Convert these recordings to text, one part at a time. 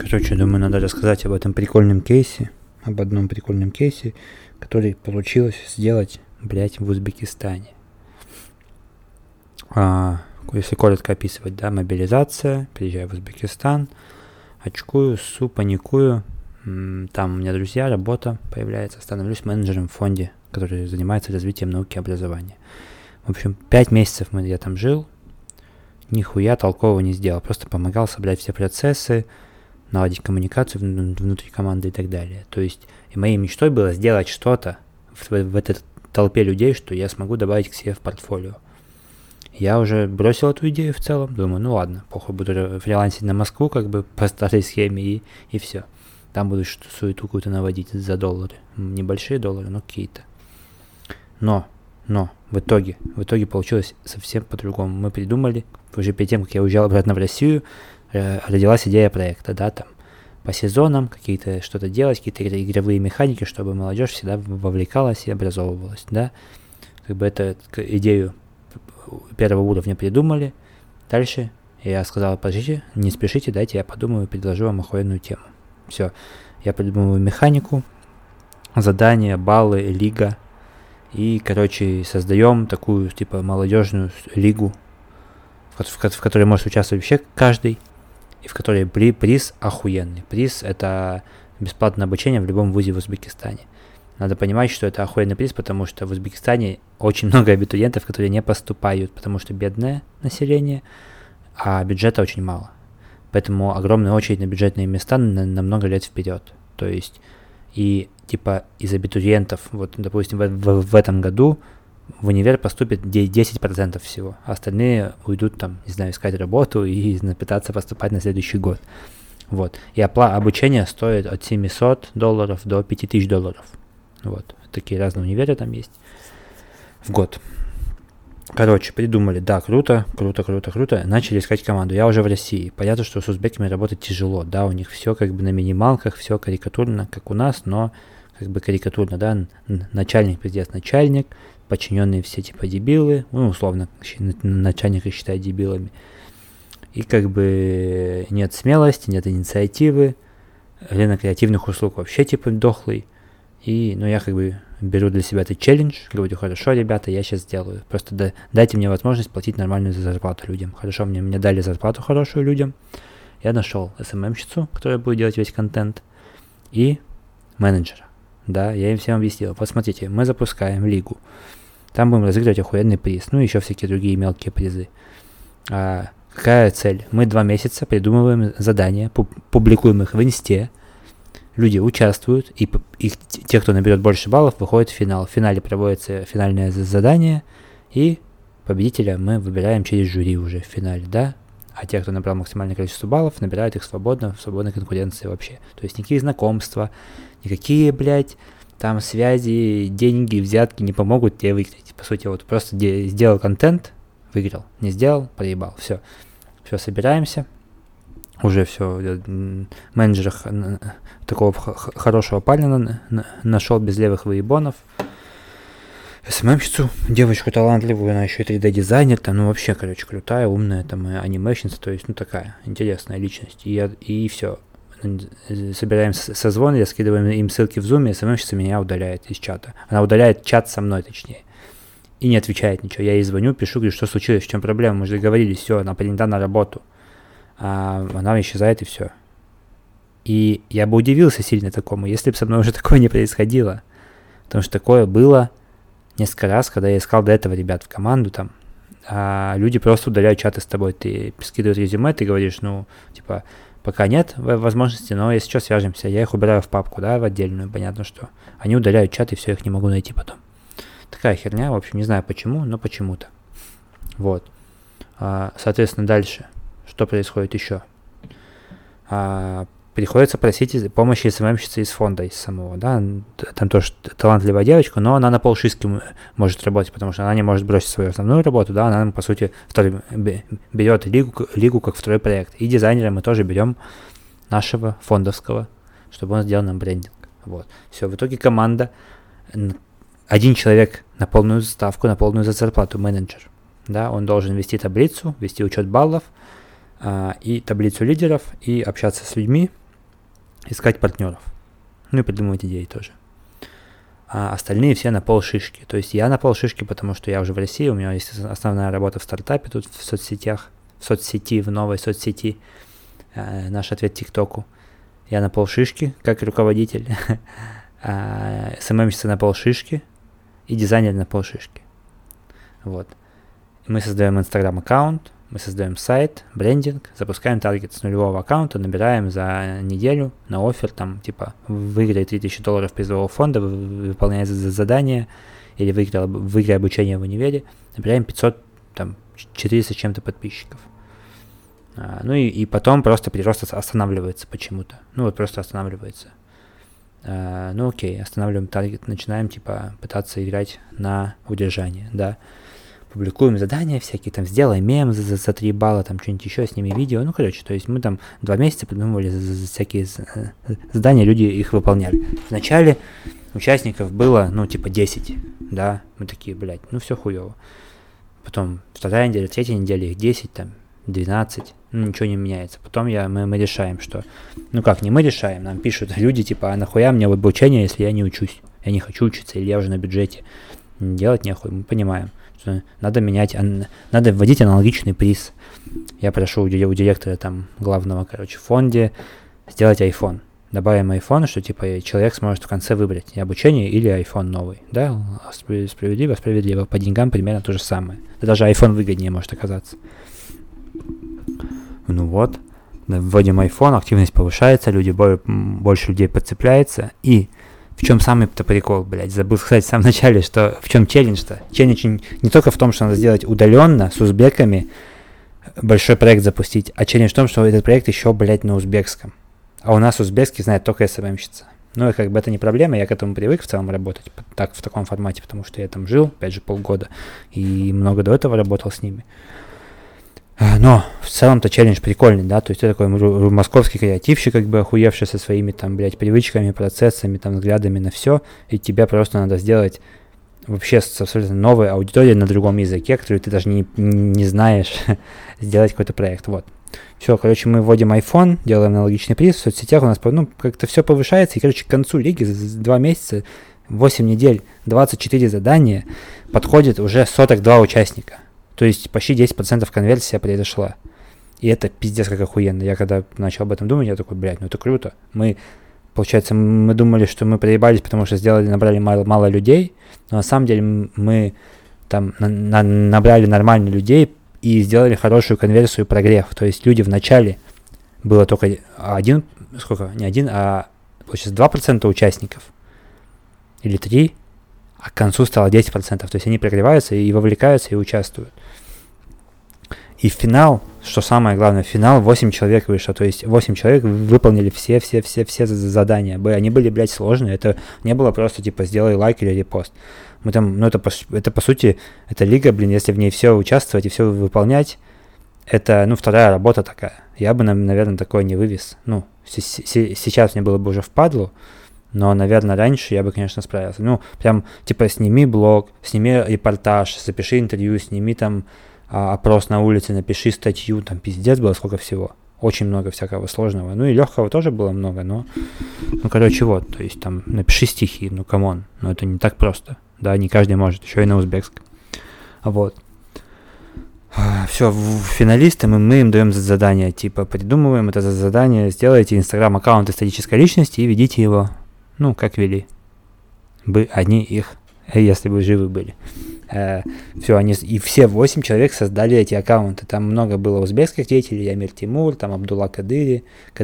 Короче, думаю, надо рассказать об одном прикольном кейсе, который получилось сделать, блять, в Узбекистане. Если коротко описывать, да, мобилизация, приезжаю в Узбекистан, очкую, ссу, паникую, там у меня друзья, работа появляется, становлюсь менеджером в фонде, который занимается развитием науки и образования. В общем, 5 месяцев я там жил, нихуя толкового не сделал, просто помогал собрать все процессы, наладить коммуникацию внутри команды и так далее. То есть, и моей мечтой было сделать что-то в этой толпе людей, что я смогу добавить к себе в портфолио. Я уже бросил эту идею в целом, думаю, ну ладно, похуй, буду фрилансить на Москву, как бы по старой схеме, и все. Там буду суету какую-то наводить за доллары. Небольшие доллары, но какие-то. Но в итоге получилось совсем по-другому. Мы придумали, уже перед тем, как я уезжал обратно в Россию, родилась идея проекта, да, там, по сезонам какие-то что-то делать, какие-то игровые механики, чтобы молодежь всегда вовлекалась и образовывалась, да. Как бы эту идею первого уровня придумали. Дальше я сказал, подождите, не спешите, дайте я подумаю и предложу вам охуенную тему. Все, я придумываю механику, задания, баллы, лига. И, короче, создаем такую, типа, молодежную лигу, в которой может участвовать вообще каждый, и в которой приз охуенный. Приз — это бесплатное обучение в любом вузе в Узбекистане. Надо понимать, что это охуенный приз, потому что в Узбекистане очень много абитуриентов, которые не поступают, потому что бедное население, а бюджета очень мало. Поэтому огромная очередь на бюджетные места на много лет вперед. То есть, и типа из абитуриентов, вот, допустим, в этом году в универ поступит 10% всего, а остальные уйдут там, не знаю, искать работу и пытаться поступать на следующий год. Вот. И обучение стоит от $700 до $5000. Вот. Такие разные универы там есть в год. Короче, придумали, да, круто, начали искать команду. Я уже в России. Понятно, что с узбеками работать тяжело, да, у них все как бы на минималках, все карикатурно, как у нас, но как бы карикатурно, да, начальник, пиздец, начальник, подчиненные все типа дебилы, ну, условно, начальника считают дебилами. И как бы нет смелости, нет инициативы, рынок креативных услуг вообще типа дохлый. И, ну, я как бы беру для себя этот челлендж, говорю, хорошо, ребята, я сейчас сделаю. Просто дайте мне возможность платить нормальную зарплату людям. Хорошо, мне дали зарплату хорошую людям. Я нашел СММщицу, которая будет делать весь контент, и менеджера. Да, я им всем объяснил. Вот смотрите, мы запускаем лигу. Там будем разыгрывать охуенный приз. Ну, еще всякие другие мелкие призы. Какая цель? Мы 2 месяца придумываем задания, публикуем их в инсте. Люди участвуют, и те, кто наберет больше баллов, выходит в финал. В финале проводится финальное задание, и победителя мы выбираем через жюри уже в финале, да? А те, кто набрал максимальное количество баллов, набирают их свободно, в свободной конкуренции вообще. То есть никакие знакомства, никакие, блядь, там связи, деньги, взятки не помогут тебе выиграть. По сути, вот просто сделал контент, выиграл. Не сделал, проебал. Все, собираемся. Уже все, менеджер такого хорошего парня нашел без левых выебонов. СММщицу, девочку талантливую, она еще и 3D-дизайнер, там, ну вообще, короче, крутая, умная, там, анимейщица, то есть, ну такая интересная личность. И все, собираем созвон, я скидываем им ссылки в Zoom, и СММщица меня удаляет из чата. Она удаляет чат со мной, точнее, и не отвечает ничего. Я ей звоню, пишу, говорю, что случилось, в чем проблема, мы же договорились, все, она принята на работу. А она исчезает, и все. И я бы удивился сильно такому, если бы со мной уже такое не происходило. Потому что такое было несколько раз, когда я искал до этого ребят в команду, там, люди просто удаляют чаты с тобой. Ты скидываешь резюме, ты говоришь, ну, типа, пока нет возможности, но если что, свяжемся. Я их убираю в папку, да, в отдельную, понятно, что. Они удаляют чат, и все, их не могу найти потом. Такая херня, в общем, не знаю почему, но почему-то. Вот. Соответственно, дальше. Что происходит еще? Приходится просить помощи СММщицы из фонда, из самого, да, там тоже талантливая девочка, но она на полшишки может работать, потому что она не может бросить свою основную работу, да, она, по сути, берет лигу как второй проект, и дизайнера мы тоже берем нашего фондовского, чтобы он сделал нам брендинг, вот, все, в итоге команда, один человек на полную ставку, на полную зарплату, менеджер, да, он должен вести таблицу, вести учет баллов, и таблицу лидеров, и общаться с людьми, искать партнеров. Ну и придумывать идеи тоже. А остальные все на полшишки. То есть я на полшишки, потому что я уже в России, у меня есть основная работа в стартапе тут в соцсетях, в новой соцсети, наш ответ ТикТоку. Я на полшишки, как руководитель, СММщица на полшишки и дизайнер на полшишки. Вот. Мы создаем Инстаграм-аккаунт, мы создаем сайт, брендинг, запускаем таргет с нулевого аккаунта, набираем за неделю на оффер, там, типа, выиграй $3000 призового фонда, выполняя задание, или выиграй обучение в универе, набираем 500, там, 400 с чем-то подписчиков. Ну и потом просто прирост останавливается почему-то. Ну вот просто останавливается. Ну окей, останавливаем таргет, начинаем, типа, пытаться играть на удержание, да. Публикуем задания всякие, там, сделай мем за 3 балла, там, что-нибудь еще, сними видео. Ну, короче, то есть мы там 2 месяца придумывали всякие задания, люди их выполняли. Вначале участников было, ну, типа, 10, да, мы такие, блядь, ну, все хуево. Потом 2-я неделя, 3-я неделя, их 10, там, 12, ну, ничего не меняется. Потом мы решаем, что, ну, как, не мы решаем, нам пишут люди, типа, а нахуя мне обучение, если я не учусь? Я не хочу учиться, или я уже на бюджете. Делать нехуй, мы понимаем. Надо менять, надо вводить аналогичный приз. Я прошу у директора там главного, короче, в фонде сделать iPhone. Добавим iPhone, что типа человек сможет в конце выбрать обучение или iPhone новый. Да, справедливо. По деньгам примерно то же самое. Да даже iPhone выгоднее может оказаться. Ну вот, вводим iPhone, активность повышается, больше людей подцепляется. И в чем самый-то прикол, блядь, забыл сказать в самом начале, что в чем челлендж-то? Челлендж не только в том, что надо сделать удаленно с узбеками большой проект запустить, а челлендж в том, что этот проект еще, блядь, на узбекском. А у нас узбекский знает только СММщица. Ну и как бы это не проблема, я к этому привык в целом работать так, в таком формате, потому что я там жил, опять же, полгода, и много до этого работал с ними. Но в целом-то челлендж прикольный, да, то есть ты такой московский креативщик, как бы охуевший со своими там, блядь, привычками, процессами, там, взглядами на все, и тебе просто надо сделать вообще с абсолютно новой аудиторией на другом языке, которую ты даже не знаешь, сделать какой-то проект, вот. Все, короче, мы вводим iPhone, делаем аналогичный приз, в соцсетях у нас, ну, как-то все повышается, и, короче, к концу лиги за 2 месяца, 8 недель, 24 задания, подходит уже 42 участника. То есть почти 10% конверсия произошла. И это пиздец как охуенно. Я когда начал об этом думать, я такой, блядь, ну это круто. Получается, мы думали, что мы проебались, потому что набрали мало людей, но на самом деле мы там набрали нормально людей и сделали хорошую конверсию и прогрев. То есть люди в начале было только получается 2% участников или 3%, а к концу стало 10%. То есть они прогреваются и вовлекаются и участвуют. И финал, что самое главное, финал 8 человек вышло. То есть 8 человек выполнили все задания. Они были, блядь, сложные. Это не было просто типа сделай лайк или репост. Мы там, ну это по сути, это лига, блин, если в ней все участвовать и все выполнять, это, ну, вторая работа такая. Я бы, наверное, такое не вывез. Ну, сейчас мне было бы уже впадлу. Но, наверное, раньше я бы, конечно, справился. Ну, прям, типа, сними блог, сними репортаж, запиши интервью, сними там опрос на улице, напиши статью, там пиздец было сколько всего. Очень много всякого сложного. Ну и легкого тоже было много, но... Ну, короче, вот, то есть там напиши стихи, ну, камон. Но это не так просто. Да, не каждый может, еще и на узбекском. Вот. Все, финалисты, мы им даем задание, типа, придумываем это задание, сделайте инстаграм-аккаунт исторической личности и ведите его. Ну, как вели. Одни их, если бы живы были. Все, и все 8 человек создали эти аккаунты. Там много было узбекских деятелей, Амир Тимур, там Абдулла Кадыри,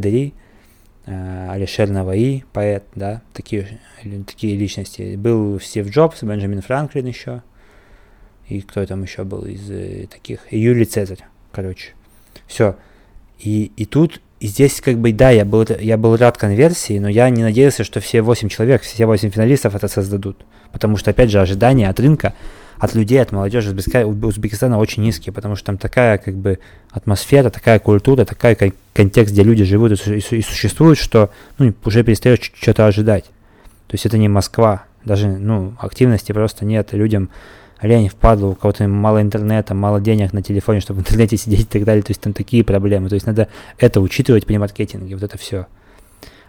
Алишер Наваи, поэт, да, такие личности. Был Стив Джобс, Бенджамин Франклин еще. И кто там еще был из таких? И Юлий Цезарь, короче. Все. И тут... И здесь, как бы, да, я был рад конверсии, но я не надеялся, что все 8 человек, все 8 финалистов это создадут. Потому что, опять же, ожидания от рынка, от людей, от молодежи Узбекистана очень низкие, потому что там такая, как бы, атмосфера, такая культура, такой контекст, где люди живут и существуют, что, ну, уже перестаешь что-то ожидать. То есть это не Москва, даже, ну, активности просто нет, людям лень впадло, у кого-то мало интернета, мало денег на телефоне, чтобы в интернете сидеть и так далее. То есть там такие проблемы. То есть надо это учитывать при маркетинге, вот это все.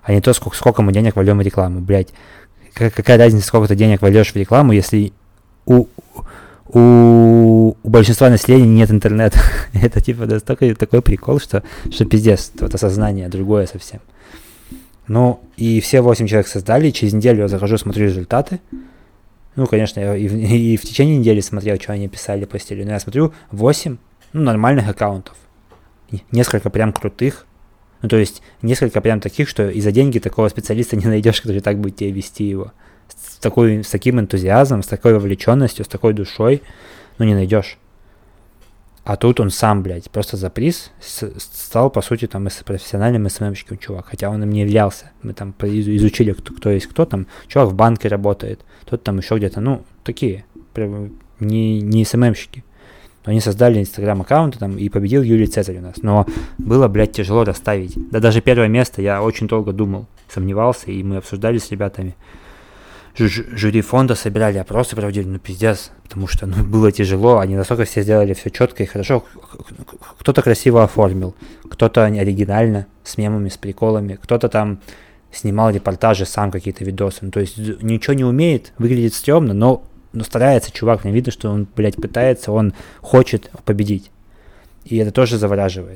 а не то, сколько мы денег вольем в рекламу, блядь. Какая разница, сколько ты денег вольешь в рекламу, если у большинства населения нет интернета. Это типа настолько такой прикол, что пиздец, вот осознание другое совсем. Ну, и все 8 человек создали, через неделю я захожу, смотрю результаты. Ну, конечно, я и в течение недели смотрел, что они писали, постили. Но я смотрю 8 нормальных аккаунтов. Несколько прям крутых. Ну, то есть, несколько прям таких, что и за деньги такого специалиста не найдешь, который так будет тебе вести его. С таким энтузиазмом, с такой вовлеченностью, с такой душой, ну, не найдешь. А тут он сам, блядь, просто за приз стал, по сути, там, профессиональным СММщиком чувак. Хотя он им не являлся. Мы там изучили, кто есть кто там. Чувак в банке работает, тот там еще где-то, ну, такие, прям не СММщики. Они создали инстаграм-аккаунты там, и победил Юлий Цезарь у нас. Но было, блядь, тяжело расставить. Да даже первое место я очень долго думал, сомневался, и мы обсуждали с ребятами. Жюри фонда собирали опросы, проводили, ну пиздец, потому что было тяжело, они настолько все сделали все четко и хорошо. Кто-то красиво оформил, кто-то оригинально, с мемами, с приколами, кто-то там снимал репортажи, сам какие-то видосы. Ну, то есть ничего не умеет, выглядит стрёмно, но старается чувак, мне видно, что он, блядь, пытается, он хочет победить. И это тоже завораживает.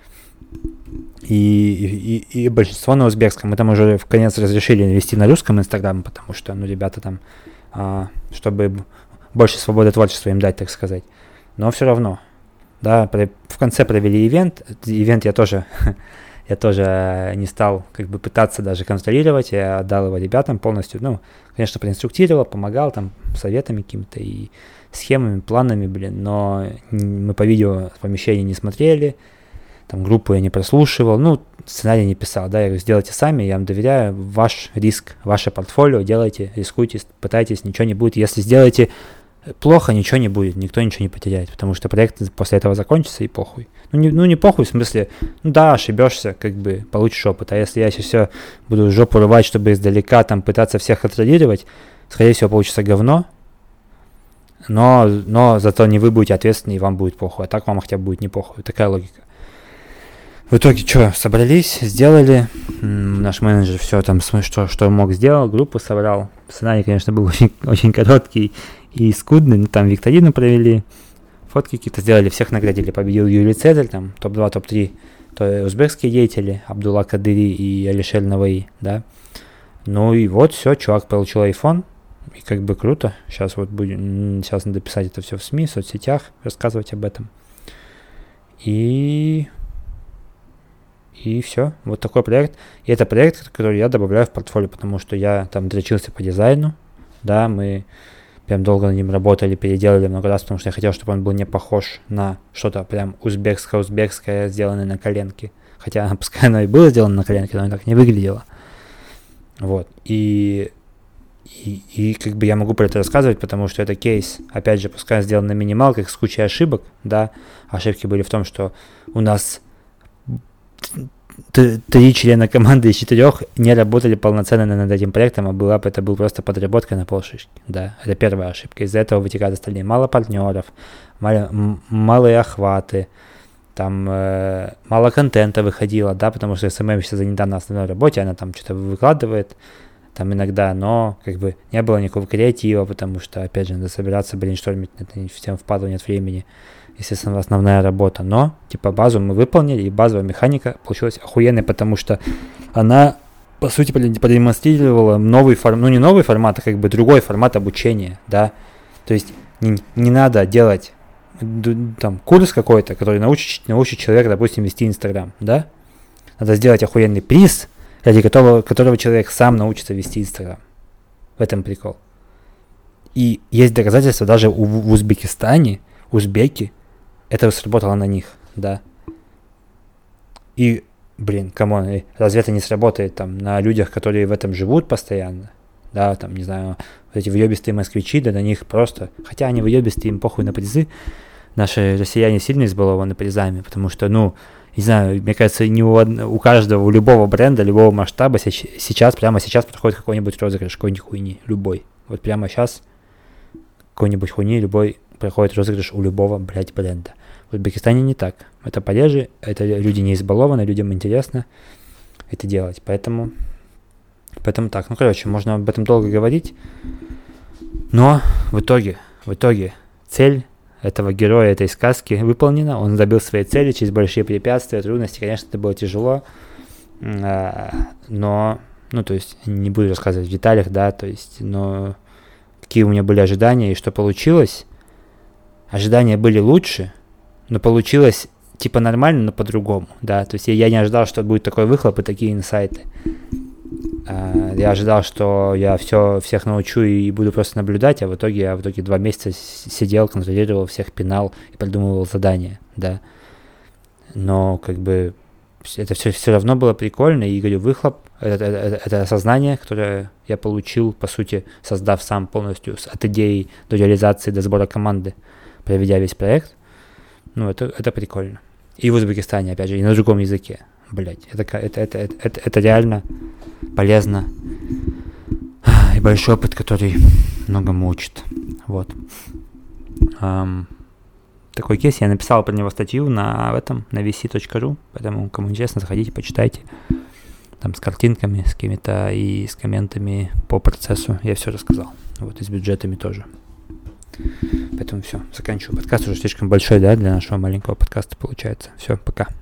И большинство на узбекском. Мы там уже в конец разрешили вести на русском инстаграме, потому что, ребята там, чтобы больше свободы творчества им дать, так сказать. Но все равно, да, в конце провели ивент. Ивент я тоже не стал как бы пытаться даже контролировать, я отдал его ребятам полностью, конечно, проинструктировал, помогал там советами какими-то и схемами, планами, но мы по видео помещения не смотрели, там группу я не прослушивал, сценарий не писал, да, я говорю, сделайте сами, я вам доверяю, ваш риск, ваше портфолио, делайте, рискуйте, пытайтесь, ничего не будет, если сделаете плохо, ничего не будет, никто ничего не потеряет, потому что проект после этого закончится и похуй. Не похуй, в смысле, да, ошибешься, как бы получишь опыт, а если я сейчас все буду жопу рвать, чтобы издалека там пытаться всех контролировать, скорее всего получится говно, но зато не вы будете ответственны и вам будет похуй, а так вам хотя бы будет не похуй, такая логика. В итоге что, собрались, сделали, наш менеджер все там, что мог, сделал, группу собрал, сценарий, конечно, был очень, очень короткий и скудный, но там викторину провели, фотки какие-то сделали, всех наградили, победил Юлий Цезарь, там топ-2, топ-3, то узбекские деятели, Абдулла Кадыри и Алишер Наваи, да, и вот все, чувак получил iPhone, и как бы круто, сейчас надо писать это все в СМИ, в соцсетях, рассказывать об этом, и все, вот такой проект. И это проект, который я добавляю в портфолио, потому что я там дрочился по дизайну, да, мы прям долго над ним работали, переделали много раз, потому что я хотел, чтобы он был не похож на что-то прям узбекское, сделанное на коленке. Хотя, пускай оно и было сделано на коленке, но оно так не выглядело. Вот, и как бы я могу про это рассказывать, потому что это кейс, опять же, пускай сделан на минималках с кучей ошибок, да, ошибки были в том, что у нас 3 члена команды из 4 не работали полноценно над этим проектом, а это был просто подработка на полшишки, да, это первая ошибка, из-за этого вытекают остальные, мало партнеров, малые охваты, там мало контента выходило, да, потому что СММ сейчас занята на основной работе, она там что-то выкладывает, там иногда, но как бы не было никакого креатива, потому что, опять же, надо собираться, брейнштормить, это всем впадло, нет времени, естественно, основная работа, но, типа, базу мы выполнили, и базовая механика получилась охуенной, потому что она, по сути, продемонстрировала новый формат, не новый формат, а как бы другой формат обучения, да, то есть не надо делать там курс какой-то, который научит человека, допустим, вести Инстаграм, да, надо сделать охуенный приз, ради которого человек сам научится вести Инстаграм. В этом прикол. И есть доказательства даже в Узбекистане, узбеки, это сработало на них, да. И, камон, разве это не сработает там на людях, которые в этом живут постоянно? Да, там, не знаю, вот эти въебистые москвичи, да на них просто, хотя они въебистые, им похуй на призы, наши россияне сильно избалованы призами, потому что, не знаю, мне кажется, у каждого, у любого бренда, любого масштаба прямо сейчас проходит какой-нибудь розыгрыш, какой-нибудь хуйни, любой. Вот прямо сейчас какой-нибудь хуйни, любой проходит розыгрыш у любого, бренда. В Узбекистане не так. Это пореже, это люди не избалованы, людям интересно это делать. Поэтому Поэтому так, ну, короче, можно об этом долго говорить, но в итоге цель этого героя этой сказки выполнена, он добил своей цели через большие препятствия, трудности, конечно, это было тяжело, но, ну, то есть, не буду рассказывать в деталях, да, то есть, но какие у меня были ожидания и что получилось. Ожидания были лучше, но получилось типа нормально, но по-другому, да, то есть я не ожидал, что будет такой выхлоп и такие инсайты. Я ожидал, что я всех научу и буду просто наблюдать, а в итоге 2 месяца сидел, контролировал всех, пинал и придумывал задания, да. Но как бы это все равно было прикольно, и говорю, выхлоп, это осознание, которое я получил, по сути, создав сам полностью от идеи до реализации, до сбора команды, проведя весь проект. Ну, это прикольно. И в Узбекистане, опять же, и на другом языке. Блять, это реально полезно. И большой опыт, который многому учит. Вот. Такой кейс, я написал про него статью на vc.ru, поэтому, кому интересно, заходите, почитайте. Там с картинками, с какими-то и с комментами по процессу я все рассказал. Вот, и с бюджетами тоже. Поэтому все, заканчиваю подкаст, уже слишком большой, да, для нашего маленького подкаста получается. Все, пока.